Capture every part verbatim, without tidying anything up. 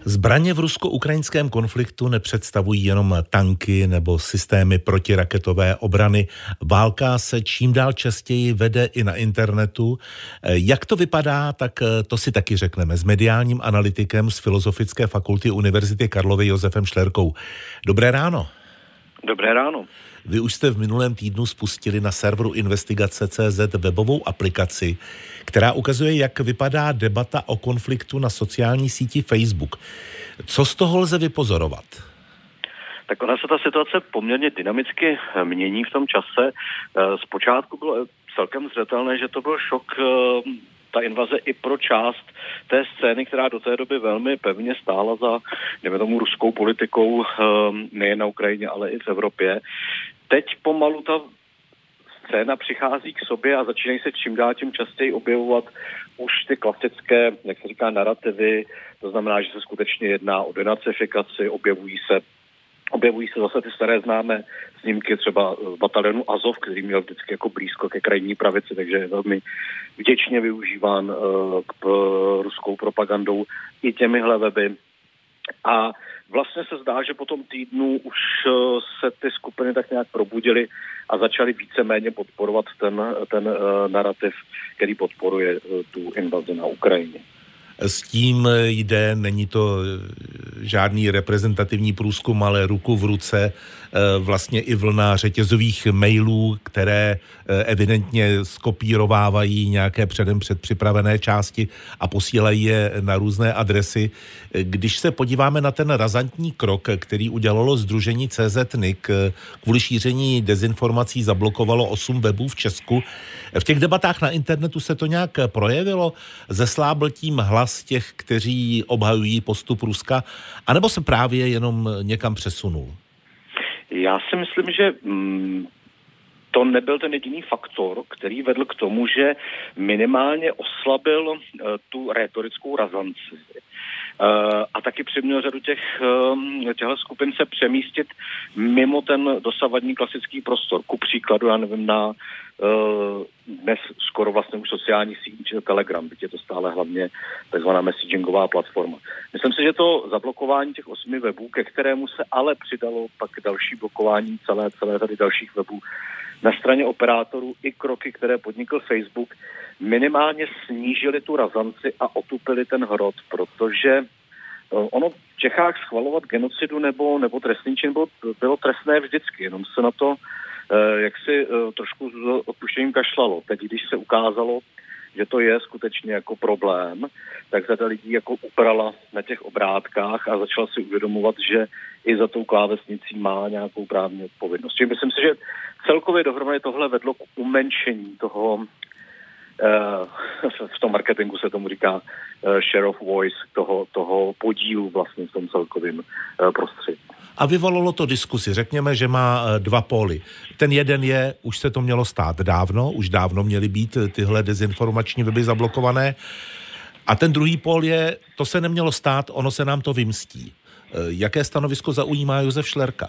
Zbraně v rusko-ukrajinském konfliktu nepředstavují jenom tanky nebo systémy protiraketové obrany. Válka se čím dál častěji vede i na internetu. Jak to vypadá, tak to si taky řekneme s mediálním analytikem z Filozofické fakulty Univerzity Karlovy Josefem Šlerkou. Dobré ráno. Dobré ráno. Vy už jste v minulém týdnu spustili na serveru investigace tečka cé zet webovou aplikaci, která ukazuje, jak vypadá debata o konfliktu na sociální síti Facebook. Co z toho lze vypozorovat? Tak ona se ta situace poměrně dynamicky mění v tom čase. Zpočátku bylo celkem zřetelné, že to byl šok, ta invaze i pro část té scény, která do té doby velmi pevně stála za, nevím tomu, ruskou politikou nejen na Ukrajině, ale i v Evropě. Teď pomalu ta scéna přichází k sobě a začínají se čím dál tím častěji objevovat už ty klasické, jak se říká, narrativy. To znamená, že se skutečně jedná o denacifikaci, objevují se Objevují se zase ty staré známé snímky třeba batalionu Azov, který měl vždycky jako blízko ke krajní pravici, takže je velmi vděčně využíván uh, k uh, ruskou propagandou i těmihle weby. A vlastně se zdá, že po tom týdnu už uh, se ty skupiny tak nějak probudily a začaly víceméně podporovat ten, ten uh, narrativ, který podporuje uh, tu invazi na Ukrajině. S tím jde, není to žádný reprezentativní průzkum, ale ruku v ruce vlastně i vlna řetězových mailů, které evidentně skopírovávají nějaké předem předpřipravené části a posílají je na různé adresy. Když se podíváme na ten razantní krok, který udělalo sdružení C Z N I C, kvůli šíření dezinformací zablokovalo osm webů v Česku. V těch debatách na internetu se to nějak projevilo? Zeslábl tím hlas těch, kteří obhajují postup Ruska, anebo se právě jenom někam přesunul? Já si myslím, že mm, to nebyl ten jediný faktor, který vedl k tomu, že minimálně oslabil uh, tu rétorickou razanci. Uh, a taky přiměl řadu těch uh, těchto skupin se přemístit mimo ten dosavadní klasický prostor. Ku příkladu, já nevím, na uh, dnes skoro vlastně už sociální síť Telegram, byť je to stále hlavně takzvaná messagingová platforma. Myslím si, že to zablokování těch osmi webů, ke kterému se ale přidalo pak další blokování celé, celé řady dalších webů na straně operátorů i kroky, které podnikl Facebook, minimálně snížili tu razanci a otupili ten hrot, protože ono v Čechách schvalovat genocidu nebo, nebo trestný čin bylo, bylo trestné vždycky, jenom se na to jak si trošku s odpuštěním kašlalo. Teď, když se ukázalo, že to je skutečně jako problém, tak řada lidí jako uprala na těch obrátkách a začala si uvědomovat, že i za tou klávesnicí má nějakou právní odpovědnost. Čili myslím si, že celkově dohromady tohle vedlo k umenšení toho, v tom marketingu se tomu říká share of voice, toho, toho podílu vlastně v tom celkovém prostředí. A vyvolalo to diskusi. Řekněme, že má dva póly. Ten jeden je, už se to mělo stát dávno, už dávno měly být tyhle dezinformační weby zablokované. A ten druhý pól je, to se nemělo stát, ono se nám to vymstí. Jaké stanovisko zaujímá Josef Šlerka?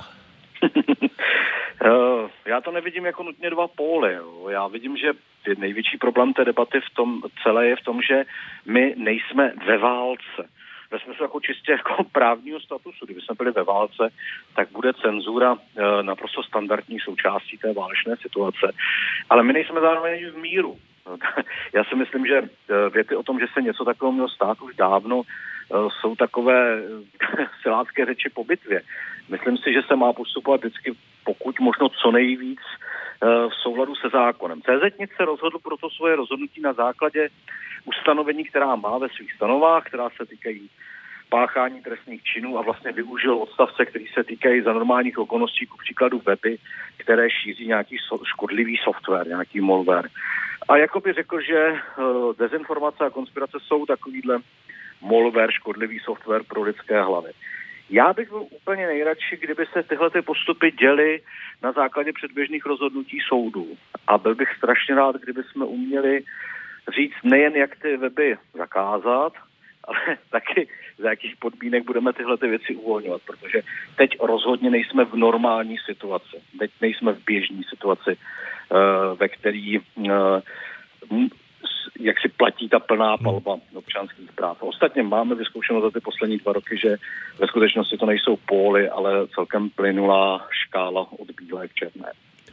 Já to nevidím jako nutně dva póly. Jo. Já vidím, že největší problém té debaty v tom celé je v tom, že my nejsme ve válce. Ve smyslu jako čistě jako právního statusu. Kdyby jsme byli ve válce, tak bude cenzura e, naprosto standardní součástí té válečné situace. Ale my nejsme zároveň v míru. Já si myslím, že věty o tom, že se něco takového mělo stát už dávno, e, jsou takové silácké řeči po bitvě. Myslím si, že se má postupovat vždycky pokud možno co nejvíc e, v souladu se zákonem. C Z N I C se rozhodl proto svoje rozhodnutí na základě ustanovení, která má ve svých stanovách, která se týkají páchání trestných činů a vlastně využil odstavce, který se týkají za normálních okolností, ku příkladu weby, které šíří nějaký so- škodlivý software, nějaký malware. A jakoby řekl, že uh, dezinformace a konspirace jsou takovýhle malware, škodlivý software pro lidské hlavy. Já bych byl úplně nejradši, kdyby se tyhle ty postupy děly na základě předběžných rozhodnutí soudů. A byl bych strašně rád, kdyby jsme uměli říct nejen, jak ty weby zakázat, ale taky za jakých podmínek budeme tyhle ty věci uvolňovat, protože teď rozhodně nejsme v normální situaci. Teď nejsme v běžné situaci, ve který jak si platí ta plná palba občanských práv. Ostatně máme vyzkoušeno za ty poslední dva roky, že ve skutečnosti to nejsou póly, ale celkem plynulá škála od bílé k černé.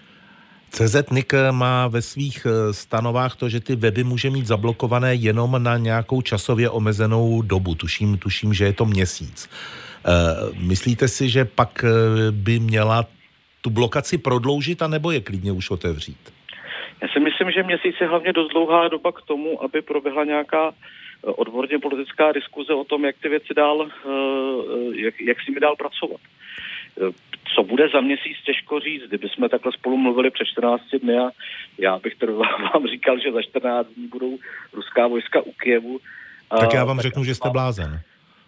C Z N I C má ve svých stanovách to, že ty weby může mít zablokované jenom na nějakou časově omezenou dobu. Tuším, tuším, že je to měsíc. Myslíte si, že pak by měla tu blokaci prodloužit, anebo je klidně už otevřít? Já si myslím, že měsíc je hlavně dost dlouhá doba k tomu, aby proběhla nějaká odborně politická diskuze o tom, jak ty věci dál, jak, jak s nimi dál pracovat. Co bude za měsíc, těžko říct. Kdyby jsme takhle spolu mluvili před čtrnácti dny a já bych tedy vám říkal, že za čtrnáct dní budou ruská vojska u Kyjevu. Tak já vám tak řeknu, že jste blázen.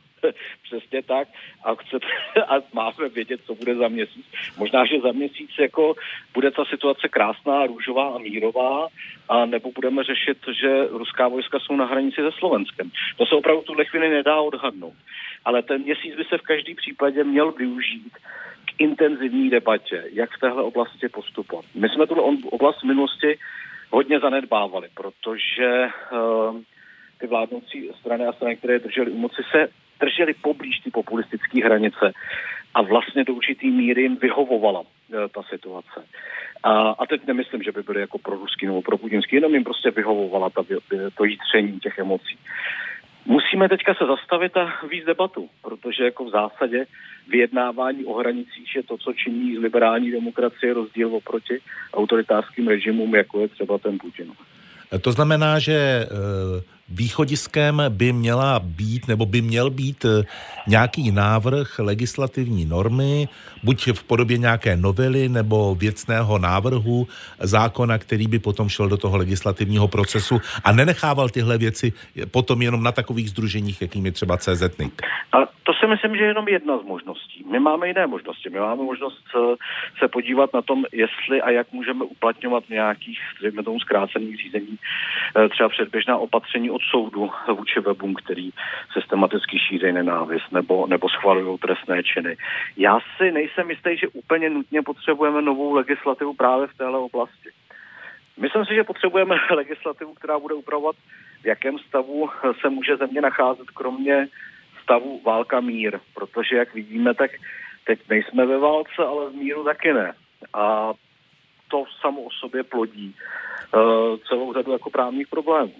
Přesně tak. A, chcete, a máme vědět, co bude za měsíc. Možná, že za měsíc jako bude ta situace krásná, růžová a mírová, a nebo budeme řešit, že ruská vojska jsou na hranici se Slovenskem. To se opravdu v tuhle chvíli nedá odhadnout. Ale ten měsíc by se v každém případě měl využít k intenzivní debatě, jak v téhle oblasti postupovat. My jsme tuhle oblast v minulosti hodně zanedbávali, protože uh, ty vládnoucí strany a strany, které držely u moci, se drželi poblíž ty populistické hranice a vlastně do určitý míry jim vyhovovala uh, ta situace. A, a teď nemyslím, že by byly jako pro ruský nebo pro putinský, jenom jim prostě vyhovovala ta, to jítření těch emocí. Musíme teďka se zastavit a víc debatu, protože jako v zásadě vyjednávání o hranicích je to, co činí z liberální demokracie rozdíl oproti autoritářským režimům, jako je třeba ten Putin. To znamená, že východiskem by měla být, nebo by měl být nějaký návrh legislativní normy, buď v podobě nějaké novely nebo věcného návrhu zákona, který by potom šel do toho legislativního procesu a nenechával tyhle věci potom jenom na takových sdruženích, jakým je třeba C Z N I C. A to si myslím, že je jenom jedna z možností. My máme jiné možnosti. My máme možnost se podívat na tom, jestli a jak můžeme uplatňovat nějakých, řekněme tomu, zkrácených řízení, třeba předběžná opatření od soudu vůči webům, který systematicky šíří nenávist nebo, nebo schvalují trestné činy. Já si nejsem jistý, že úplně nutně potřebujeme novou legislativu právě v téhle oblasti. Myslím si, že potřebujeme legislativu, která bude upravovat, v jakém stavu se může země nacházet, kromě stavu válka mír, protože jak vidíme, tak teď nejsme ve válce, ale v míru taky ne. A to samo o sobě plodí uh, celou řadu jako právních problémů.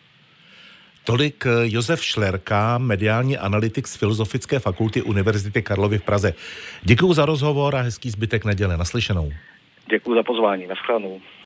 Tolik Josef Šlerka, mediální analytik z Filozofické fakulty Univerzity Karlovy v Praze. Děkuju za rozhovor a hezký zbytek neděle. Naslyšenou. Děkuju za pozvání. Naschledanou.